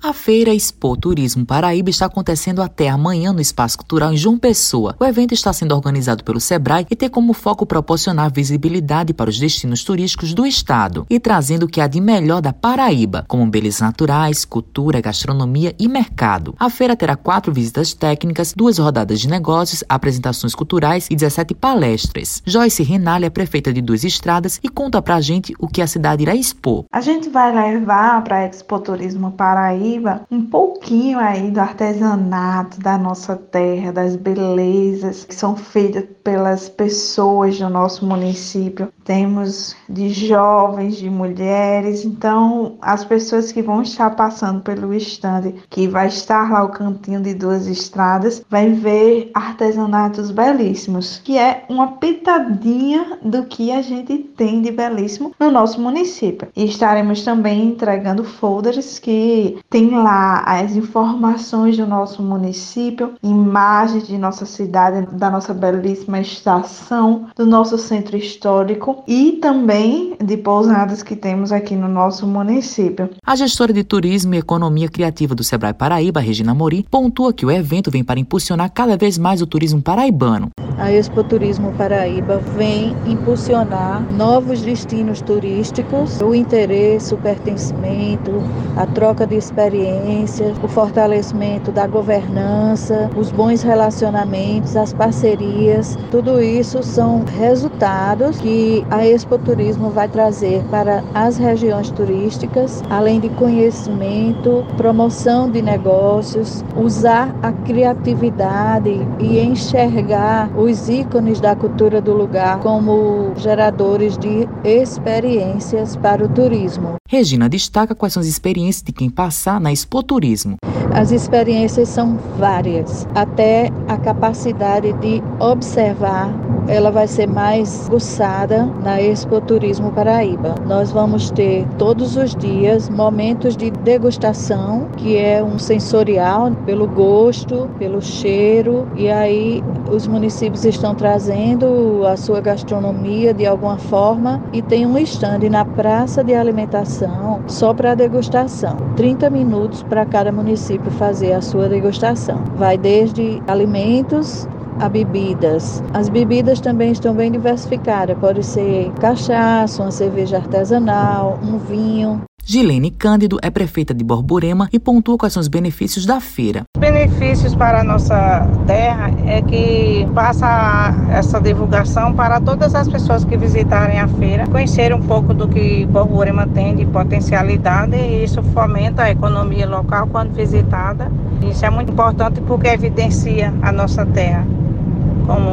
A Feira Expo Turismo Paraíba está acontecendo até amanhã no Espaço Cultural em João Pessoa. O evento está sendo organizado pelo Sebrae e tem como foco proporcionar visibilidade para os destinos turísticos do estado e trazendo o que há de melhor da Paraíba, como belezas naturais, cultura, gastronomia e mercado. A feira terá 4 visitas técnicas, 2 rodadas de negócios, apresentações culturais e 17 palestras. Joyce Renali é prefeita de Duas Estradas e conta pra gente o que a cidade irá expor. A gente vai levar para a Expo Turismo Paraíba um pouquinho aí do artesanato da nossa terra, das belezas que são feitas pelas pessoas do nosso município. Temos de jovens, de mulheres, então as pessoas que vão estar passando pelo estande, que vai estar lá o cantinho de Duas Estradas, vai ver artesanatos belíssimos, que é uma pitadinha do que a gente tem de belíssimo no nosso município. E estaremos também entregando folders que tem lá as informações do nosso município, imagens de nossa cidade, da nossa belíssima estação, do nosso centro histórico e também de pousadas que temos aqui no nosso município. A gestora de Turismo e Economia Criativa do Sebrae Paraíba, Regina Amorim, pontua que o evento vem para impulsionar cada vez mais o turismo paraibano. A Expo Turismo Paraíba vem impulsionar novos destinos turísticos, o interesse, o pertencimento, a troca de experiências, o fortalecimento da governança, os bons relacionamentos, as parcerias. Tudo isso são resultados que a Expo Turismo vai trazer para as regiões turísticas, além de conhecimento, promoção de negócios, usar a criatividade e enxergar os ícones da cultura do lugar como geradores de experiências para o turismo. Regina destaca quais são as experiências de quem passar na Expo Turismo. As experiências são várias, até a capacidade de observar, ela vai ser mais aguçada na Expo Turismo Paraíba. Nós vamos ter todos os dias momentos de degustação, que é um sensorial pelo gosto, pelo cheiro, e aí os municípios estão trazendo a sua gastronomia de alguma forma e tem um stand na praça de alimentação só para degustação. 30 minutos para cada município fazer a sua degustação. Vai desde alimentos a bebidas. As bebidas também estão bem diversificadas. Pode ser cachaça, uma cerveja artesanal, um vinho. Gilene Cândido é prefeita de Borborema e pontua quais são os benefícios da feira. Os benefícios para a nossa terra é que passa essa divulgação para todas as pessoas que visitarem a feira, conhecer um pouco do que Borborema tem de potencialidade e isso fomenta a economia local quando visitada. Isso é muito importante porque evidencia a nossa terra como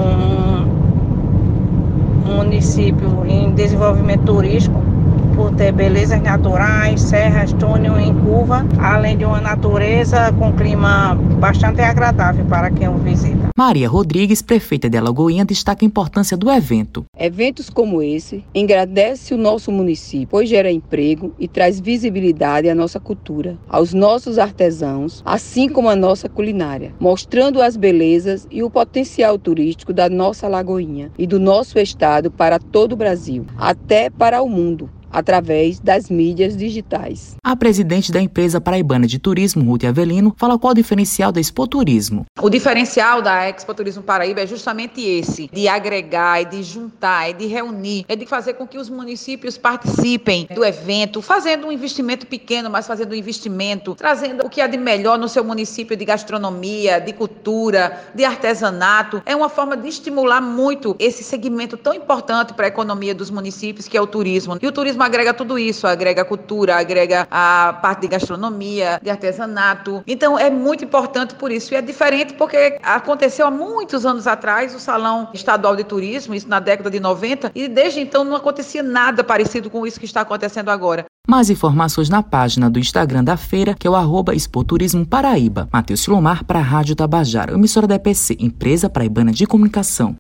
um município em desenvolvimento turístico, por ter belezas naturais, serras, túnel em curva, além de uma natureza com clima bastante agradável para quem o visita. Maria Rodrigues, prefeita de Alagoinha, destaca a importância do evento. Eventos como esse engrandecem o nosso município, pois gera emprego e traz visibilidade à nossa cultura, aos nossos artesãos, assim como à nossa culinária, mostrando as belezas e o potencial turístico da nossa Alagoinha e do nosso estado para todo o Brasil, até para o mundo, através das mídias digitais. A presidente da empresa paraibana de turismo, Ruth Avelino, fala qual é o diferencial da Expo Turismo. O diferencial da Expo Turismo Paraíba é justamente esse, de agregar, de juntar, de reunir, de fazer com que os municípios participem do evento, fazendo um investimento pequeno, mas fazendo um investimento, trazendo o que há de melhor no seu município de gastronomia, de cultura, de artesanato. É uma forma de estimular muito esse segmento tão importante para a economia dos municípios, que é o turismo. E o turismo agrega tudo isso, agrega a cultura, agrega a parte de gastronomia, de artesanato. Então é muito importante por isso. E é diferente porque aconteceu há muitos anos atrás o Salão Estadual de Turismo, isso na década de 90, e desde então não acontecia nada parecido com isso que está acontecendo agora. Mais informações na página do Instagram da feira, que é o @Expo Turismo Paraíba. Matheus Silomar para a Rádio Tabajara, emissora da EPC, Empresa Paraibana de Comunicação.